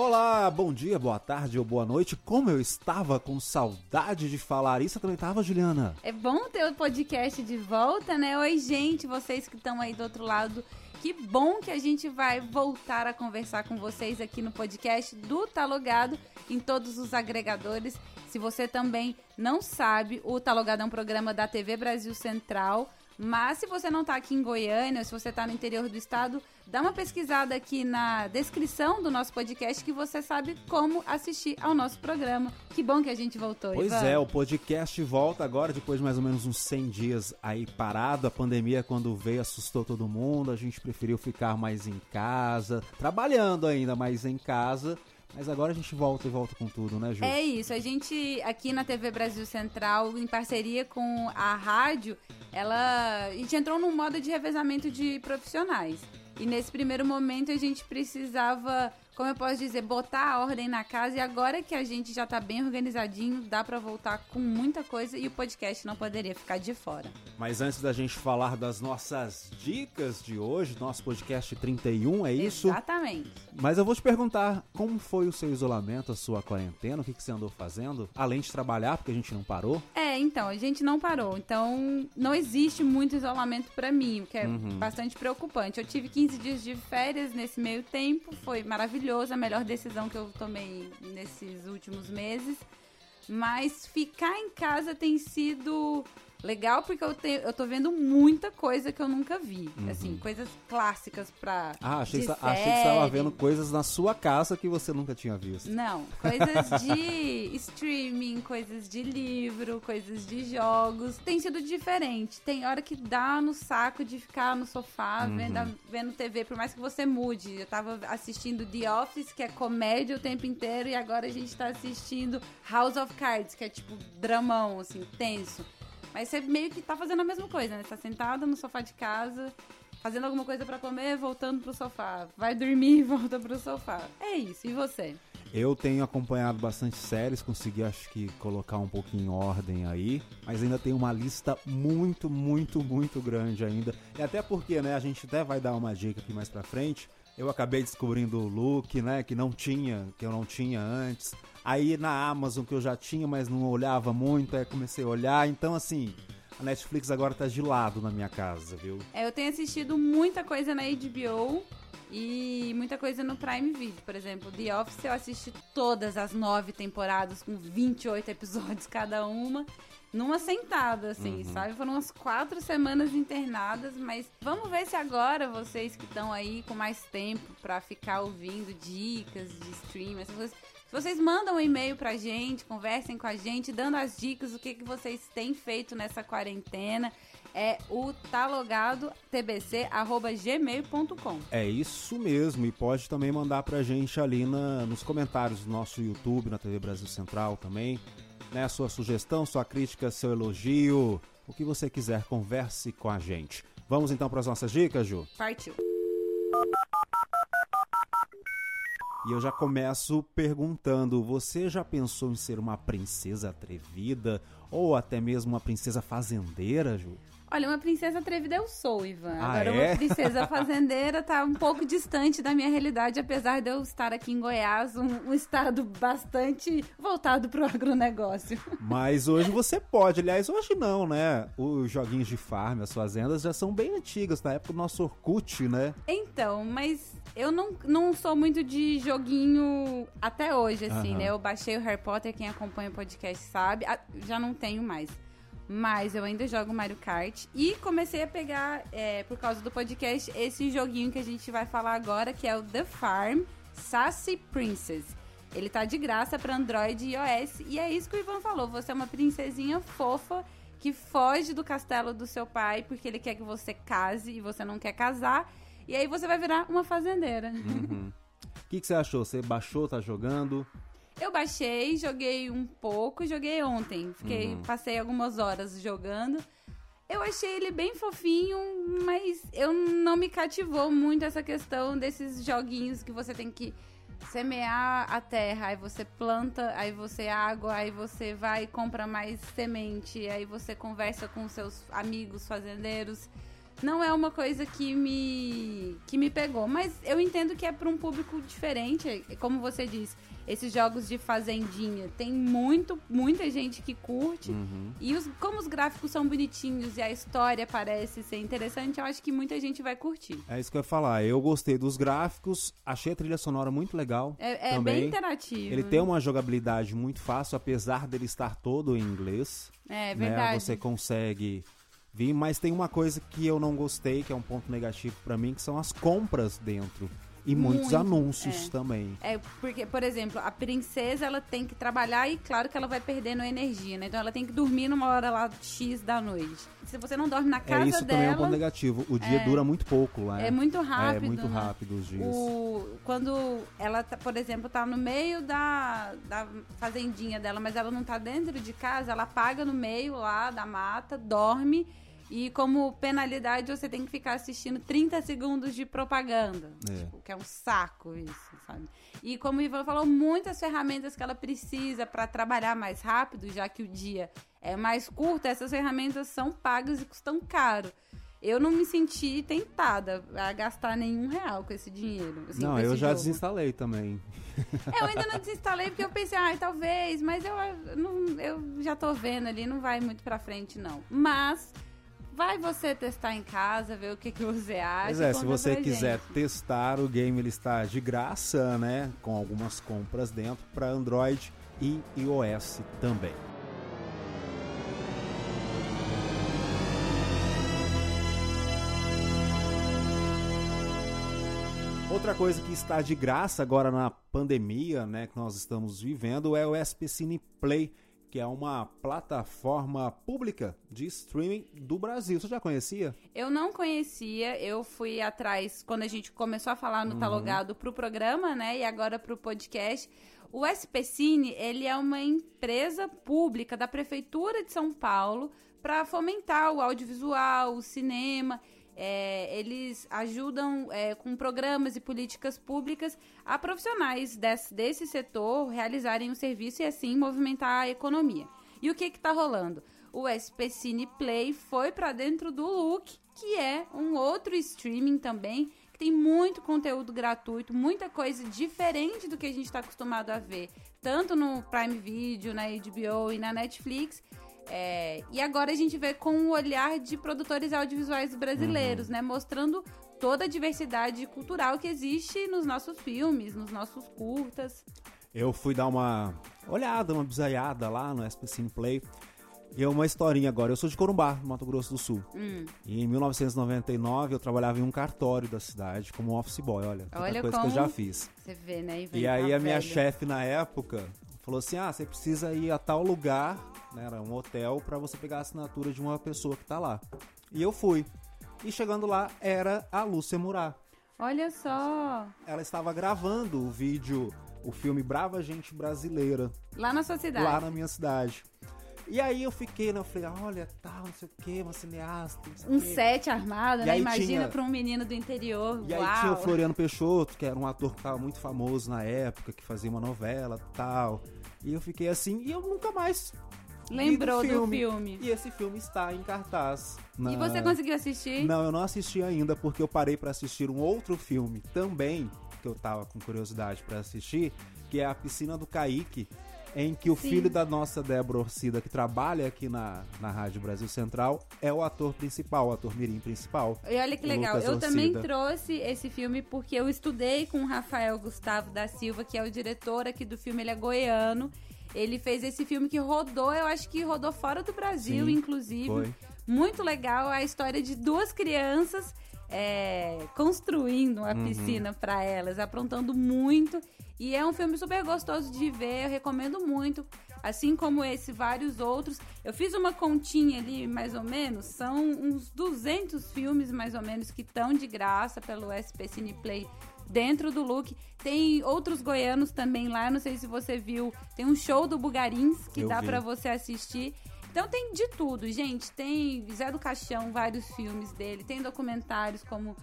Olá, bom dia, boa tarde ou boa noite. Como eu estava com saudade de falar isso, eu também estava, Juliana. É bom ter o podcast de volta, né? Oi, gente, vocês que estão aí do outro lado. Que bom que a gente vai voltar a conversar com vocês aqui no podcast do Tá Logado, em todos os agregadores. Se você também não sabe, o Tá Logado é um programa da TV Brasil Central. Mas se você não está aqui em Goiânia, se você está no interior do estado, dá uma pesquisada aqui na descrição do nosso podcast que você sabe como assistir ao nosso programa. Que bom que a gente voltou, Pois Ivan. é, o podcast volta agora, depois de mais ou menos uns 100 dias aí parado. A pandemia, quando veio, assustou todo mundo. A gente preferiu ficar mais em casa, trabalhando ainda, mas em casa. Mas agora a gente volta com tudo, né, Ju? É isso, a gente aqui na TV Brasil Central, em parceria com a rádio, a gente entrou num modo de revezamento de profissionais. E nesse primeiro momento a gente precisava, como eu posso dizer, botar a ordem na casa. E agora que a gente já tá bem organizadinho, dá pra voltar com muita coisa e o podcast não poderia ficar de fora. Mas antes da gente falar das nossas dicas de hoje, nosso podcast 31, é isso? Exatamente. Mas eu vou te perguntar, como foi o seu isolamento, a sua quarentena? O que você andou fazendo? Além de trabalhar, porque a gente não parou? Então, a gente não parou. Então, não existe muito isolamento pra mim, o que é bastante preocupante. Eu tive 15 dias de férias nesse meio tempo, foi maravilhoso, a melhor decisão que eu tomei nesses últimos meses. Mas ficar em casa tem sido legal porque eu tô vendo muita coisa que eu nunca vi. Assim, coisas clássicas pra achei que de você estava vendo coisas na sua casa que você nunca tinha visto. Não, coisas de streaming, coisas de livro, coisas de jogos. Tem sido diferente. Tem hora que dá no saco de ficar no sofá vendo TV, por mais que você mude. Eu tava assistindo The Office, que é comédia o tempo inteiro, e agora a gente tá assistindo House of Cards, que é tipo dramão, assim, tenso. Mas você meio que tá fazendo a mesma coisa, né? Você tá sentada no sofá de casa, fazendo alguma coisa pra comer, voltando pro sofá. Vai dormir e volta pro sofá. É isso. E você? Eu tenho acompanhado bastante séries, consegui, acho que, colocar um pouquinho em ordem aí. Mas ainda tem uma lista muito, muito, muito grande ainda. E até porque, né, a gente até vai dar uma dica aqui mais pra frente. Eu acabei descobrindo o Look, né, que eu não tinha antes. Aí na Amazon, que eu já tinha, mas não olhava muito, aí comecei a olhar. Então, assim, a Netflix agora tá de lado na minha casa, viu? Eu tenho assistido muita coisa na HBO e muita coisa no Prime Video. Por exemplo, The Office eu assisti todas as 9 temporadas, com 28 episódios cada uma, numa sentada, assim, sabe? Foram umas 4 semanas internadas, mas vamos ver se agora vocês que estão aí com mais tempo pra ficar ouvindo dicas de stream, essas coisas, se vocês mandam um e-mail pra gente, conversem com a gente, dando as dicas, o que vocês têm feito nessa quarentena, é o talogadotbc@gmail.com. É isso mesmo, e pode também mandar pra gente ali nos comentários do nosso YouTube, na TV Brasil Central também, né? Sua sugestão, sua crítica, seu elogio, o que você quiser, converse com a gente. Vamos então para as nossas dicas, Ju? Partiu. E eu já começo perguntando, você já pensou em ser uma princesa atrevida ou até mesmo uma princesa fazendeira, Ju? Olha, uma princesa atrevida eu sou, Ivan. Agora, é? Uma princesa fazendeira tá um pouco distante da minha realidade, apesar de eu estar aqui em Goiás, um estado bastante voltado pro agronegócio. Mas hoje você pode, aliás, hoje não, né? Os joguinhos de farm, as fazendas já são bem antigas, na época do nosso Orkut, né? Então, mas eu não sou muito de joguinho até hoje, assim, né? Eu baixei o Harry Potter, quem acompanha o podcast sabe, já não tenho mais. Mas eu ainda jogo Mario Kart e comecei a pegar, por causa do podcast, esse joguinho que a gente vai falar agora, que é o The Farm Sassy Princess. Ele tá de graça para Android e iOS e é isso que o Ivan falou, você é uma princesinha fofa que foge do castelo do seu pai porque ele quer que você case e você não quer casar, e aí você vai virar uma fazendeira. O que você achou? Você baixou, tá jogando? Eu baixei, joguei um pouco, joguei ontem. Passei algumas horas jogando. Eu achei ele bem fofinho, mas eu não me cativou muito essa questão desses joguinhos que você tem que semear a terra, aí você planta, aí você água, aí você vai e compra mais semente, aí você conversa com seus amigos fazendeiros. não é uma coisa que me pegou. Mas eu entendo que é para um público diferente, como você disse. Esses jogos de fazendinha, tem muita gente que curte. E como os gráficos são bonitinhos e a história parece ser interessante, eu acho que muita gente vai curtir. É isso que eu ia falar. Eu gostei dos gráficos, achei a trilha sonora muito legal. É bem interativo. Ele tem uma jogabilidade muito fácil, apesar dele estar todo em inglês. É verdade. Né? Você consegue vir, mas tem uma coisa que eu não gostei, que é um ponto negativo pra mim, que são as compras dentro. E muitos anúncios também. Porque, por exemplo, a princesa, ela tem que trabalhar e claro que ela vai perdendo energia, né? Então ela tem que dormir numa hora lá X da noite. Se você não dorme na casa isso dela... também é um ponto negativo. O dia dura muito pouco lá. É muito rápido. É muito rápido os dias. Quando ela, por exemplo, tá no meio da fazendinha dela, mas ela não tá dentro de casa, ela apaga no meio lá da mata, dorme... E como penalidade, você tem que ficar assistindo 30 segundos de propaganda. Tipo, que é um saco isso, sabe? E como o Ivan falou, muitas ferramentas que ela precisa para trabalhar mais rápido, já que o dia é mais curto, essas ferramentas são pagas e custam caro. Eu não me senti tentada a gastar nenhum real com esse dinheiro. Assim, não, com esse eu já jogo. desinstalei também. Eu ainda não desinstalei porque eu pensei, talvez, mas eu já tô vendo ali, não vai muito pra frente, não. Mas... vai você testar em casa, ver o que você acha. Pois é, se você quiser testar, o game ele está de graça, né? Com algumas compras dentro para Android e iOS também. Outra coisa que está de graça agora na pandemia, né, que nós estamos vivendo, é o SP Cine Play, que é uma plataforma pública de streaming do Brasil. Você já conhecia? Eu não conhecia, eu fui atrás, quando a gente começou a falar no Tá Logado pro programa, né, e agora pro podcast. O SP Cine, ele é uma empresa pública da Prefeitura de São Paulo para fomentar o audiovisual, o cinema. Eles ajudam com programas e políticas públicas a profissionais desse setor realizarem o serviço e assim movimentar a economia. E o que está rolando? O SP Cine Play foi para dentro do Look, que é um outro streaming também, que tem muito conteúdo gratuito, muita coisa diferente do que a gente está acostumado a ver, tanto no Prime Video, na HBO e na Netflix. E agora a gente vê com o olhar de produtores audiovisuais brasileiros, né? Mostrando toda a diversidade cultural que existe nos nossos filmes, nos nossos curtas. Eu fui dar uma olhada, uma bisaiada lá no SP Cine Play. E é uma historinha agora. Eu sou de Corumbá, no Mato Grosso do Sul. E em 1999 eu trabalhava em um cartório da cidade como office boy. Olha coisa que eu já fiz. Você vê, né? E aí a minha chefe na época falou assim, você precisa ir a tal lugar, né, era um hotel, pra você pegar a assinatura de uma pessoa que tá lá. E eu fui. E chegando lá, era a Lúcia Murat. Olha só! Ela estava gravando o filme Brava Gente Brasileira. Lá na sua cidade? Lá na minha cidade. E aí eu fiquei, né, eu falei, olha, tal, não sei o que, uma cineasta, não sei um set armado, né? Imagina pra um menino do interior. E aí tinha o Floriano Peixoto, que era um ator que tava muito famoso na época, que fazia uma novela e tal. E eu fiquei assim, e eu nunca mais lembrou do filme. E esse filme está em cartaz. E você conseguiu assistir? Não, eu não assisti ainda, porque eu parei pra assistir um outro filme também, que eu tava com curiosidade pra assistir, que é A Piscina do Kaique, em que o filho da nossa Débora Orcida, que trabalha aqui na Rádio Brasil Central, é o ator principal, o ator mirim principal. E olha que legal, eu também trouxe esse filme porque eu estudei com o Rafael Gustavo da Silva, que é o diretor aqui do filme, ele é goiano. Ele fez esse filme que rodou, eu acho que rodou fora do Brasil, inclusive. Foi. Muito legal a história de duas crianças construindo uma piscina para elas, aprontando muito. E é um filme super gostoso de ver, eu recomendo muito. Assim como vários outros. Eu fiz uma continha ali, mais ou menos. São uns 200 filmes, mais ou menos, que estão de graça pelo SP Cine Play dentro do Look. Tem outros goianos também lá, não sei se você viu. Tem um show do Bugarins que dá pra você assistir. Então tem de tudo, gente. Tem Zé do Caixão, vários filmes dele. Tem documentários como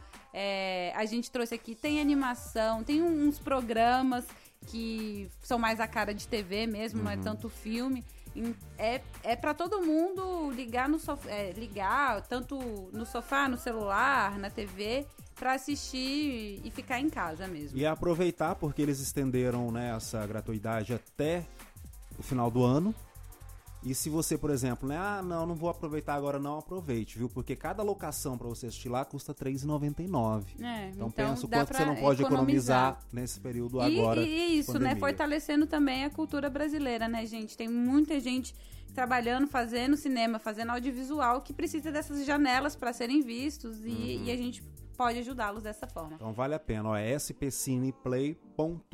a gente trouxe aqui. Tem animação, tem uns programas que são mais a cara de TV mesmo, não é tanto filme. É pra todo mundo ligar no sofá, ligar tanto no sofá, no celular, na TV, pra assistir e ficar em casa mesmo. E aproveitar, porque eles estenderam, né, essa gratuidade até o final do ano. E se você, por exemplo, né, não vou aproveitar agora, não aproveite, viu? Porque cada locação pra você assistir lá custa R$3,99. Então pensa o quanto você não pode economizar nesse período agora. E isso, né, fortalecendo também a cultura brasileira, né, gente? Tem muita gente trabalhando, fazendo cinema, fazendo audiovisual que precisa dessas janelas para serem vistos e a gente pode ajudá-los dessa forma. Então vale a pena, ó, é spcineplay.com.br.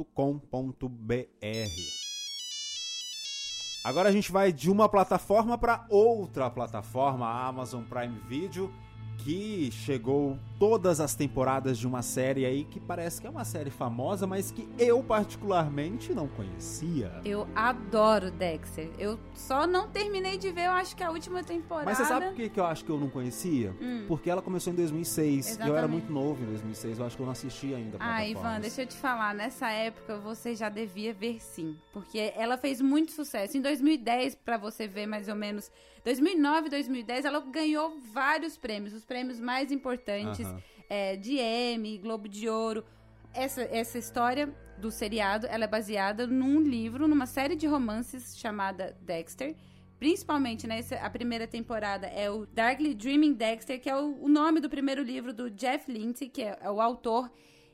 Agora a gente vai de uma plataforma para outra plataforma, a Amazon Prime Video, que chegou todas as temporadas de uma série aí que parece que é uma série famosa, mas que eu particularmente não conhecia. Eu adoro Dexter. Eu só não terminei de ver, eu acho que a última temporada. Mas você sabe por que eu acho que eu não conhecia? Porque ela começou em 2006. Exatamente. E eu era muito novo em 2006, eu acho que eu não assisti ainda. Ivan, deixa eu te falar, nessa época você já devia ver sim, porque ela fez muito sucesso. Em 2010, pra você ver mais ou menos, 2009, 2010, ela ganhou vários prêmios, os prêmios mais importantes, de Emmy, Globo de Ouro. Essa história do seriado, ela é baseada num livro, numa série de romances chamada Dexter. Principalmente, né, a primeira temporada é o Darkly Dreaming Dexter, que é o nome do primeiro livro do Jeff Lindsay, que é o autor.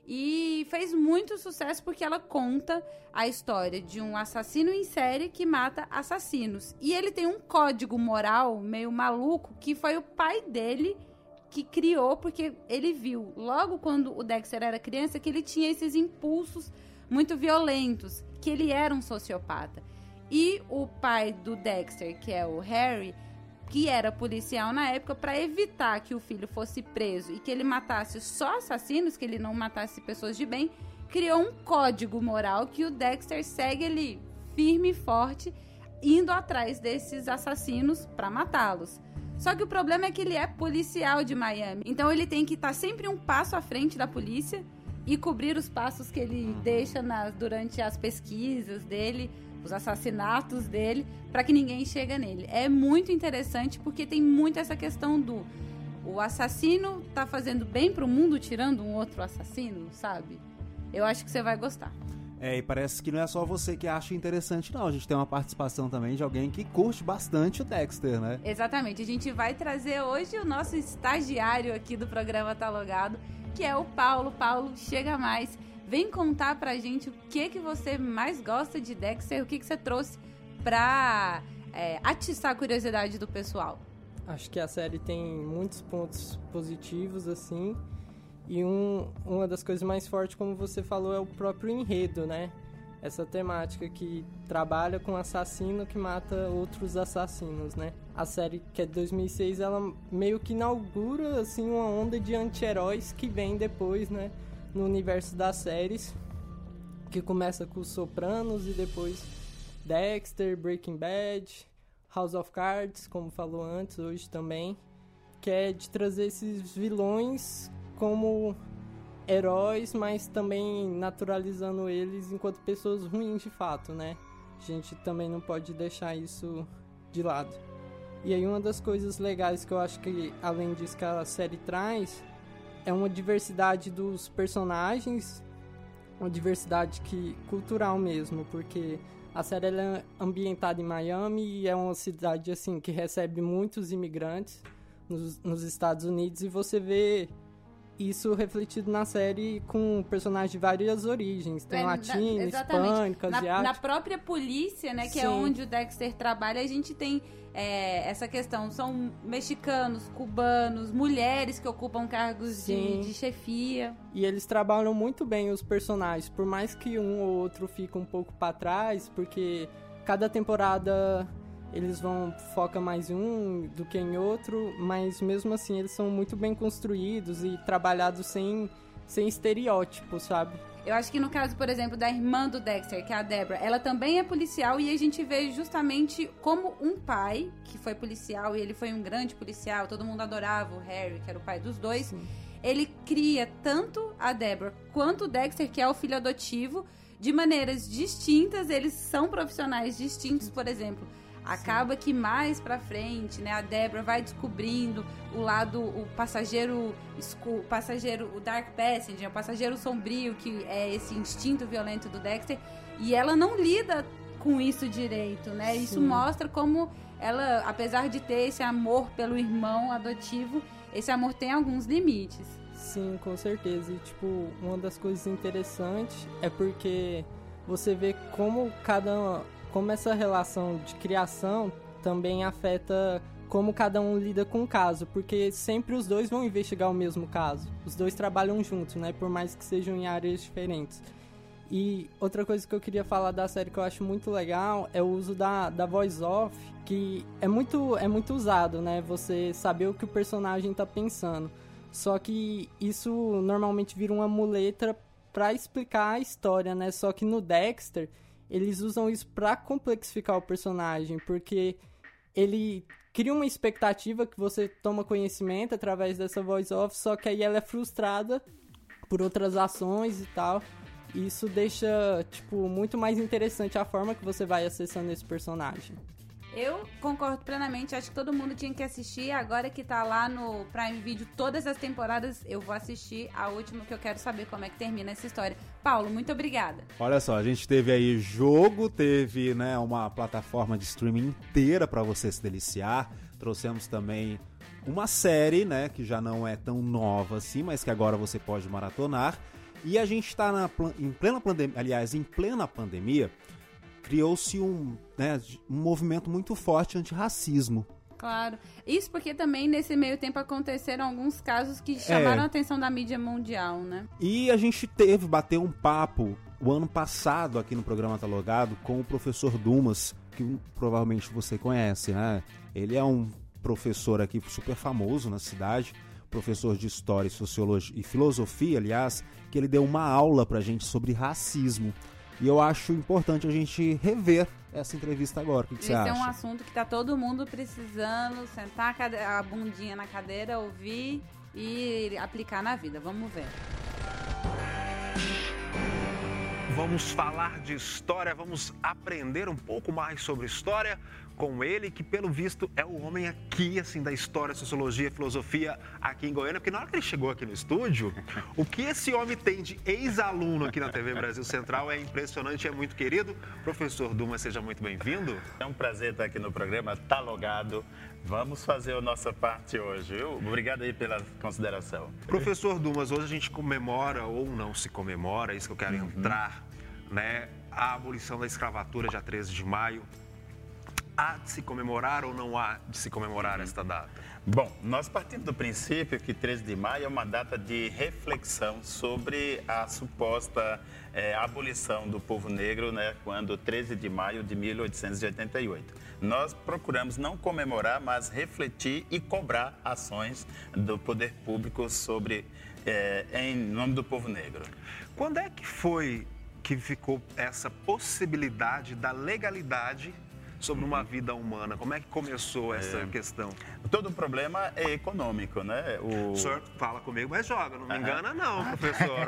E fez muito sucesso porque ela conta a história de um assassino em série que mata assassinos. E ele tem um código moral meio maluco que foi o pai dele que criou, porque ele viu logo quando o Dexter era criança que ele tinha esses impulsos muito violentos, que ele era um sociopata. E o pai do Dexter, que é o Harry, que era policial na época, para evitar que o filho fosse preso e que ele matasse só assassinos, que ele não matasse pessoas de bem, criou um código moral que o Dexter segue ali firme e forte, indo atrás desses assassinos para matá-los. Só que o problema é que ele é policial de Miami, então ele tem que estar sempre um passo à frente da polícia e cobrir os passos que ele deixa durante as pesquisas dele, os assassinatos dele, para que ninguém chegue nele. É muito interessante porque tem muito essa questão o assassino tá fazendo bem pro mundo tirando um outro assassino, sabe? Eu acho que você vai gostar. E parece que não é só você que acha interessante, não. A gente tem uma participação também de alguém que curte bastante o Dexter, né? Exatamente. A gente vai trazer hoje o nosso estagiário aqui do programa Tá Logado, que é o Paulo. Paulo, chega mais. Vem contar pra gente o que você mais gosta de Dexter, o que você trouxe pra atiçar a curiosidade do pessoal. Acho que a série tem muitos pontos positivos, assim, e uma das coisas mais fortes, como você falou, é o próprio enredo, né? Essa temática que trabalha com assassino que mata outros assassinos, né? A série, que é de 2006, ela meio que inaugura, assim, uma onda de anti-heróis que vem depois, né? No universo das séries, que começa com os Sopranos e depois Dexter, Breaking Bad, House of Cards, como falou antes, hoje também, que é de trazer esses vilões como heróis, mas também naturalizando eles enquanto pessoas ruins de fato, né? A gente também não pode deixar isso de lado. E aí uma das coisas legais que eu acho que, além disso que a série traz, é uma diversidade dos personagens, uma diversidade cultural mesmo, porque a série ela é ambientada em Miami e é uma cidade assim que recebe muitos imigrantes nos Estados Unidos, e você vê isso refletido na série com personagens de várias origens. Tem latino, hispânico, asiático. Na própria polícia, né, que Sim. é onde o Dexter trabalha, a gente tem essa questão. São mexicanos, cubanos, mulheres que ocupam cargos de chefia. E eles trabalham muito bem os personagens, por mais que um ou outro fique um pouco para trás, porque cada temporada eles foca mais em um do que em outro, mas mesmo assim eles são muito bem construídos e trabalhados sem estereótipos, sabe? Eu acho que no caso, por exemplo, da irmã do Dexter, que é a Deborah, ela também é policial, e a gente vê justamente como um pai, que foi policial, e ele foi um grande policial, todo mundo adorava o Harry, que era o pai dos dois. Sim. Ele cria tanto a Deborah quanto o Dexter, que é o filho adotivo, de maneiras distintas. Eles são profissionais distintos. Por exemplo, Acaba que mais pra frente, né, a Deborah vai descobrindo o passageiro, o Dark Passenger, o passageiro sombrio, que é esse instinto violento do Dexter, e ela não lida com isso direito, né? Sim. Isso mostra como ela, apesar de ter esse amor pelo irmão adotivo, esse amor tem alguns limites. Sim, com certeza. E, tipo, uma das coisas interessantes é porque você vê como essa relação de criação também afeta como cada um lida com o caso, porque sempre os dois vão investigar o mesmo caso. Os dois trabalham juntos, né? Por mais que sejam em áreas diferentes. E outra coisa que eu queria falar da série que eu acho muito legal é o uso da voice off, que é muito usado, né? Você saber o que o personagem tá pensando. Só que isso normalmente vira uma muleta pra explicar a história, né? Só que no Dexter, eles usam isso pra complexificar o personagem, porque ele cria uma expectativa que você toma conhecimento através dessa voice off, só que aí ela é frustrada por outras ações e tal. E isso deixa, tipo, muito mais interessante a forma que você vai acessando esse personagem. Eu concordo plenamente, acho que todo mundo tinha que assistir. Agora que tá lá no Prime Video todas as temporadas, eu vou assistir a última, que eu quero saber como é que termina essa história. Paulo, muito obrigada. Olha só, a gente teve aí jogo, teve, né, uma plataforma de streaming inteira pra você se deliciar. Trouxemos também uma série, né, que já não é tão nova assim, mas que agora você pode maratonar. E a gente está em plena pandemia, criou-se um movimento muito forte antirracismo. Claro. Isso porque também nesse meio tempo aconteceram alguns casos que chamaram a atenção da mídia mundial, né? E a gente bateu um papo o ano passado aqui no programa Talogado com o professor Dumas, que provavelmente você conhece, né? Ele é um professor aqui super famoso na cidade, professor de História, Sociologia e Filosofia, aliás, que ele deu uma aula pra gente sobre racismo. E eu acho importante a gente rever essa entrevista agora. O que você acha? Esse é um assunto que tá todo mundo precisando sentar a bundinha na cadeira, ouvir e aplicar na vida. Vamos ver. Vamos falar de história, vamos aprender um pouco mais sobre história com ele, que pelo visto é o homem aqui, assim, da história, sociologia, filosofia aqui em Goiânia, porque na hora que ele chegou aqui no estúdio, o que esse homem tem de ex-aluno aqui na TV Brasil Central é impressionante, é muito querido. Professor Dumas, seja muito bem-vindo. É um prazer estar aqui no programa Talogado. Vamos fazer a nossa parte hoje, viu? Obrigado aí pela consideração. Professor Dumas, hoje a gente comemora, ou não se comemora, é isso que eu quero entrar, né? A abolição da escravatura, dia 13 de maio. Há de se comemorar ou não há de se comemorar esta data? Bom, nós partimos do princípio que 13 de maio é uma data de reflexão sobre a suposta abolição do povo negro, né, quando 13 de maio de 1888. Nós procuramos não comemorar, mas refletir e cobrar ações do poder público sobre, em nome do povo negro. Quando é que foi que ficou essa possibilidade da legalidade sobre uma vida humana? Como é que começou essa questão? Todo o problema é econômico, né? O senhor fala comigo, mas joga, não me engana não, professor.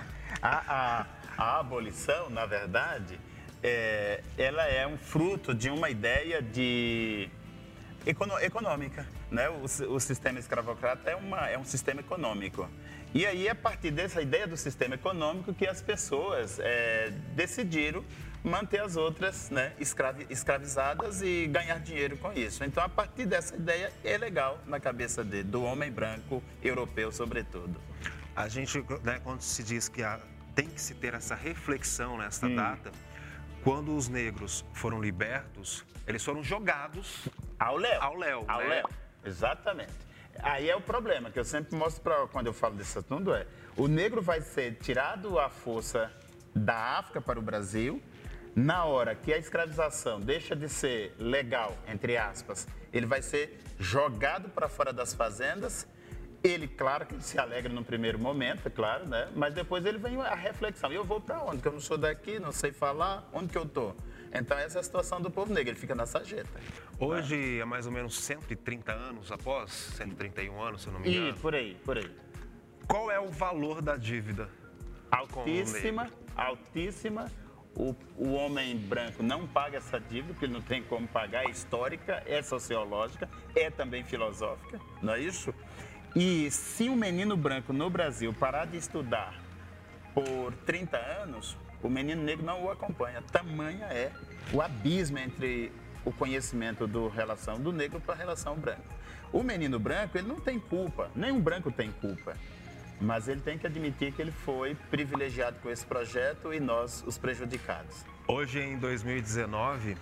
A abolição, na verdade, ela é um fruto de uma ideia de econômica, né? O sistema escravocrata é um sistema econômico. E aí, a partir dessa ideia do sistema econômico, que as pessoas decidiram manter as outras, né, escravizadas e ganhar dinheiro com isso. Então, a partir dessa ideia, é legal na cabeça do homem branco, europeu, sobretudo. A gente, né, quando se diz que tem que se ter essa reflexão nessa data, quando os negros foram libertos, eles foram jogados ao léu. Ao léu. Exatamente. Aí é o problema, que eu sempre mostro quando eu falo desse assunto, o negro vai ser tirado à força da África para o Brasil. Na hora que a escravização deixa de ser legal, entre aspas, ele vai ser jogado para fora das fazendas. Ele, claro que se alegra no primeiro momento, é claro, né? Mas depois ele vem a reflexão. Eu vou para onde? Que eu não sou daqui, não sei falar, onde que eu tô? Então essa é a situação do povo negro, ele fica na sarjeta. Hoje é mais ou menos 130 anos após, 131 anos, se eu não me engano. E por aí. Qual é o valor da dívida? Altíssima. O homem branco não paga essa dívida, porque ele não tem como pagar, é histórica, é sociológica, é também filosófica, não é isso? E se um menino branco no Brasil parar de estudar por 30 anos, o menino negro não o acompanha. Tamanha é o abismo entre o conhecimento da relação do negro para a relação branca. O menino branco, ele não tem culpa, nenhum branco tem culpa. Mas ele tem que admitir que ele foi privilegiado com esse projeto e nós, os prejudicados. Hoje, em 2019,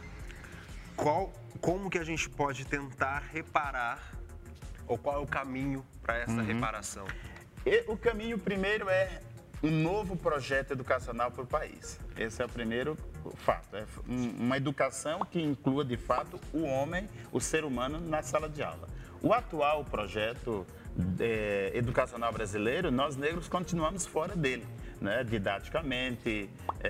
como que a gente pode tentar reparar, ou qual é o caminho para essa reparação? O caminho primeiro é um novo projeto educacional para o país. Esse é o primeiro fato. É uma educação que inclua, de fato, o homem, o ser humano, na sala de aula. O atual projeto educacional brasileiro, nós negros continuamos fora dele, né? Didaticamente,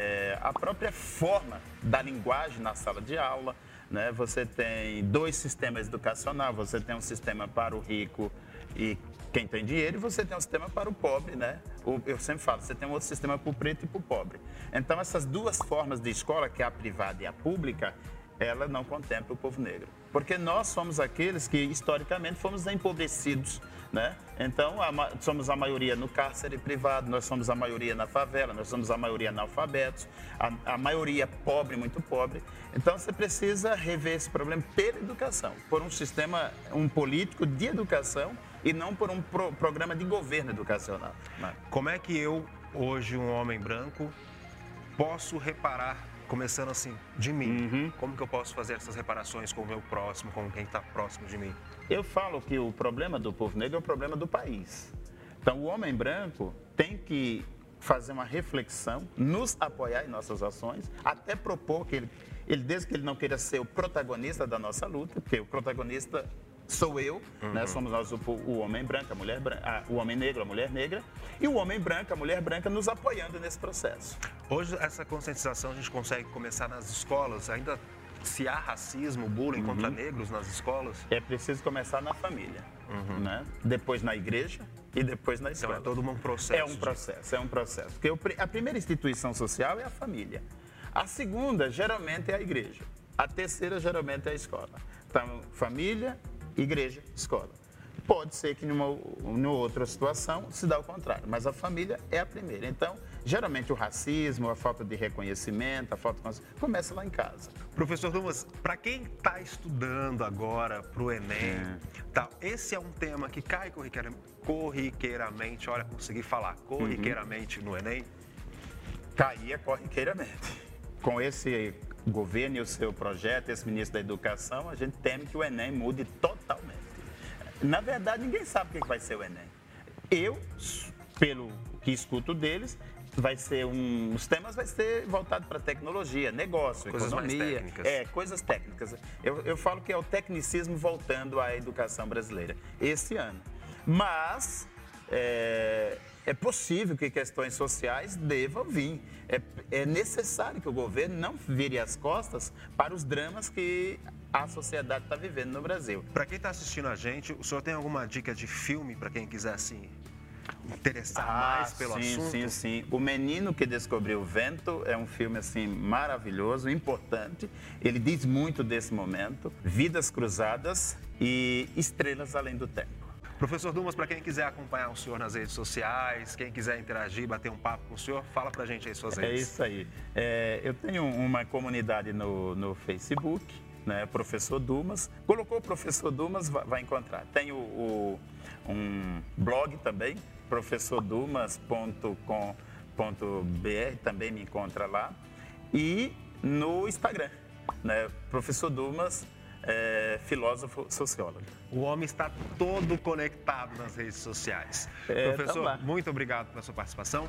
a própria forma da linguagem na sala de aula, né? Você tem 2 sistemas educacionais, você tem um sistema para o rico e quem tem dinheiro, e você tem um sistema para o pobre, né? Eu sempre falo, você tem um outro sistema para o preto e para o pobre. Então, essas 2 formas de escola, que é a privada e a pública, ela não contempla o povo negro. Porque nós somos aqueles que, historicamente, fomos empobrecidos, né? Então, somos a maioria no cárcere privado, nós somos a maioria na favela, nós somos a maioria analfabetos, a maioria pobre, muito pobre. Então, você precisa rever esse problema pela educação, por um sistema, um político de educação e não por um programa de governo educacional. Né? Como é que eu, hoje, um homem branco, posso reparar, começando assim, de mim? Como que eu posso fazer essas reparações com o meu próximo, com quem está próximo de mim? Eu falo que o problema do povo negro é o problema do país. Então, o homem branco tem que fazer uma reflexão, nos apoiar em nossas ações, até propor que ele desde que ele não queira ser o protagonista da nossa luta, porque o protagonista sou eu, né? Somos nós o homem branco, a mulher branca, o homem negro, a mulher negra, e o homem branco, a mulher branca, nos apoiando nesse processo. Hoje, essa conscientização a gente consegue começar nas escolas, ainda se há racismo, bullying contra negros nas escolas? É preciso começar na família, né? Depois na igreja e depois na escola. Então é todo um processo. É um processo. Porque a primeira instituição social é a família. A segunda, geralmente, é a igreja. A terceira, geralmente, é a escola. Então, família, igreja, escola. Pode ser que numa outra situação se dá o contrário, mas a família é a primeira. Então, geralmente o racismo, a falta de reconhecimento, começa lá em casa. Professor Dumas, para quem está estudando agora para o Enem, esse é um tema que cai corriqueiramente, olha, consegui falar, corriqueiramente no Enem? Caía corriqueiramente. Com esse governo e o seu projeto, esse ministro da Educação, a gente teme que o Enem mude totalmente. Na verdade, ninguém sabe o que vai ser o Enem. Eu, pelo que escuto deles, os temas vai ser voltado para tecnologia, negócio, coisas economia. Mais técnicas. Coisas técnicas. Eu falo que é o tecnicismo voltando à educação brasileira esse ano. Mas é possível que questões sociais devam vir. É necessário que o governo não vire as costas para os dramas que a sociedade está vivendo no Brasil. Para quem está assistindo a gente, o senhor tem alguma dica de filme para quem quiser assim interessar mais pelo assunto? Sim. O Menino que Descobriu o Vento é um filme assim maravilhoso, importante. Ele diz muito desse momento. Vidas Cruzadas e Estrelas Além do Tempo. Professor Dumas, para quem quiser acompanhar o senhor nas redes sociais, quem quiser interagir, bater um papo com o senhor, fala pra gente aí suas redes. É isso aí. Eu tenho uma comunidade no Facebook, né, Professor Dumas. Colocou o Professor Dumas, vai encontrar. Tem um blog também, professordumas.com.br, também me encontra lá. E no Instagram, né, Professor Dumas, filósofo sociólogo. O homem está todo conectado nas redes sociais. Professor, muito obrigado pela sua participação.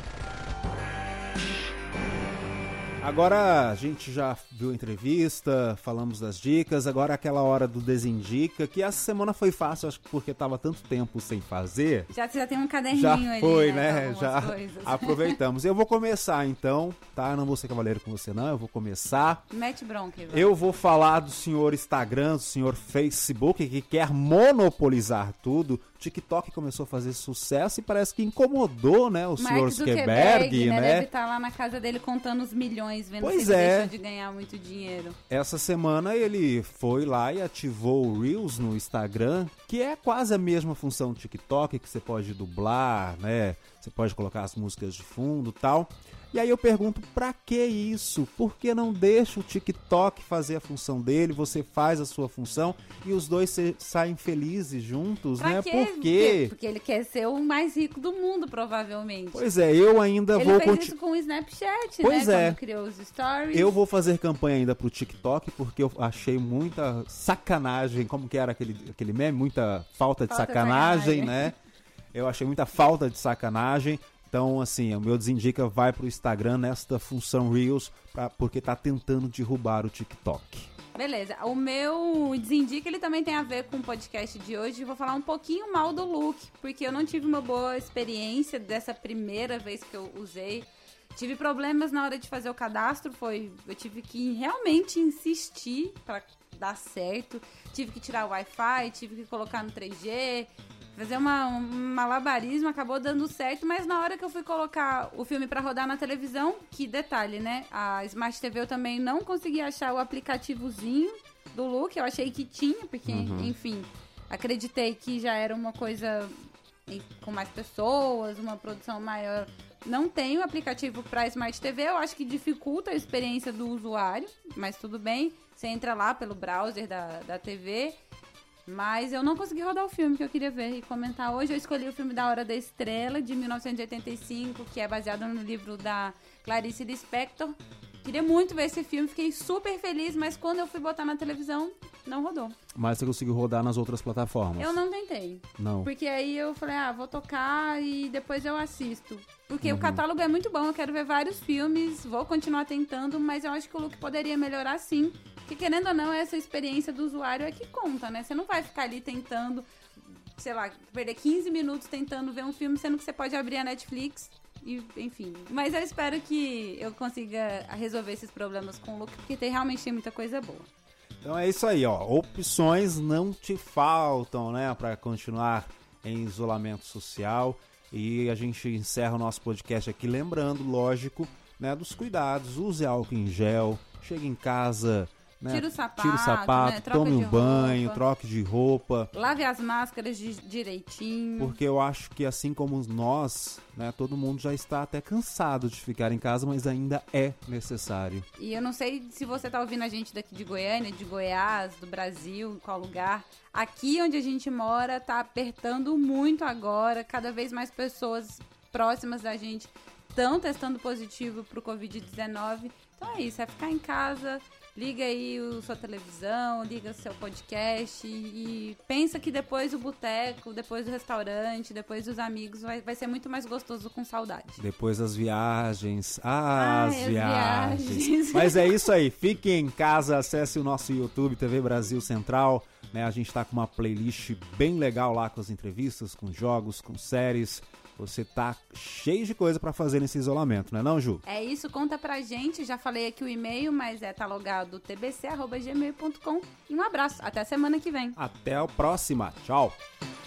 Agora a gente já viu a entrevista, falamos das dicas, agora aquela hora do Desindica, que essa semana foi fácil, acho que porque estava tanto tempo sem fazer. Já tem um caderninho já ali, foi, né? Já coisas. Aproveitamos. Eu vou começar então, tá? Eu não vou ser cavaleiro com você não, eu vou começar. Mete bronca, Ivan. Eu vou falar do senhor Instagram, do senhor Facebook, que quer monopolizar tudo. TikTok começou a fazer sucesso e parece que incomodou, né, o senhor Zuckerberg, né? Deve estar lá na casa dele contando os milhões opiniões, vendo Pois se ele é. deixou de ganhar muito dinheiro. Essa semana ele foi lá e ativou o Reels no Instagram, que é quase a mesma função do TikTok, que você pode dublar, né? Você pode colocar as músicas de fundo e tal. E aí eu pergunto, pra que isso? Por que não deixa o TikTok fazer a função dele, você faz a sua função e os dois saem felizes juntos, Pra né? quê? Por quê? Porque ele quer ser o mais rico do mundo, provavelmente. Pois é, eu ainda Ele vou fez continuar. isso com o Snapchat, Pois né? é. Quando criou os stories. Eu vou fazer campanha ainda pro TikTok, porque eu achei muita sacanagem, como que era aquele meme? Muita falta de sacanagem, né? Eu achei muita falta de sacanagem. Então, assim, o meu Desindica vai pro Instagram nesta função Reels, porque tá tentando derrubar o TikTok. Beleza. O meu Desindica, ele também tem a ver com o podcast de hoje. Vou falar um pouquinho mal do look, porque eu não tive uma boa experiência dessa primeira vez que eu usei. Tive problemas na hora de fazer o cadastro, eu tive que realmente insistir para dar certo. Tive que tirar o Wi-Fi, tive que colocar no 3G, fazer um malabarismo, acabou dando certo, mas na hora que eu fui colocar o filme para rodar na televisão, que detalhe, né? A Smart TV eu também não consegui achar o aplicativozinho do Look, eu achei que tinha, porque, enfim, acreditei que já era uma coisa com mais pessoas, uma produção maior. Não tem o aplicativo para Smart TV, eu acho que dificulta a experiência do usuário, mas tudo bem, você entra lá pelo browser da TV. Mas eu não consegui rodar o filme que eu queria ver e comentar hoje. Eu escolhi o filme Da Hora da Estrela, de 1985, que é baseado no livro da Clarice Lispector. Queria muito ver esse filme, fiquei super feliz, mas quando eu fui botar na televisão, não rodou. Mas você conseguiu rodar nas outras plataformas? Eu não tentei. Não. Porque aí eu falei, vou tocar e depois eu assisto. Porque o catálogo é muito bom, eu quero ver vários filmes, vou continuar tentando, mas eu acho que o look poderia melhorar sim. Porque querendo ou não, essa experiência do usuário é que conta, né? Você não vai ficar ali tentando, sei lá, perder 15 minutos tentando ver um filme, sendo que você pode abrir a Netflix e, enfim. Mas eu espero que eu consiga resolver esses problemas com o look, porque realmente tem muita coisa boa. Então é isso aí, ó. Opções não te faltam, né? Para continuar em isolamento social. E a gente encerra o nosso podcast aqui lembrando, lógico, né, dos cuidados. Use álcool em gel, chegue em casa, né, Tira o sapato, né, troca tome um de banho, roupa. troque de roupa. Lave as máscaras direitinho. Porque eu acho que assim como nós, né, todo mundo já está até cansado de ficar em casa, mas ainda é necessário. E eu não sei se você tá ouvindo a gente daqui de Goiânia, de Goiás, do Brasil, em qual lugar. Aqui onde a gente mora tá apertando muito agora. Cada vez mais pessoas próximas da gente estão testando positivo pro Covid-19. Então é isso, é ficar em casa. Liga aí a sua televisão, liga o seu podcast e pensa que depois o boteco, depois o restaurante, depois os amigos vai ser muito mais gostoso com saudade. Depois as viagens. As viagens. viagens. Mas é isso aí. Fique em casa, acesse o nosso YouTube, TV Brasil Central. Né? A gente tá com uma playlist bem legal lá com as entrevistas, com jogos, com séries. Você tá cheio de coisa pra fazer nesse isolamento, não é não, Ju? É isso, conta pra gente. Já falei aqui o e-mail, mas tá logado tbc@gmail.com. E um abraço, até semana que vem. Até a próxima. Tchau.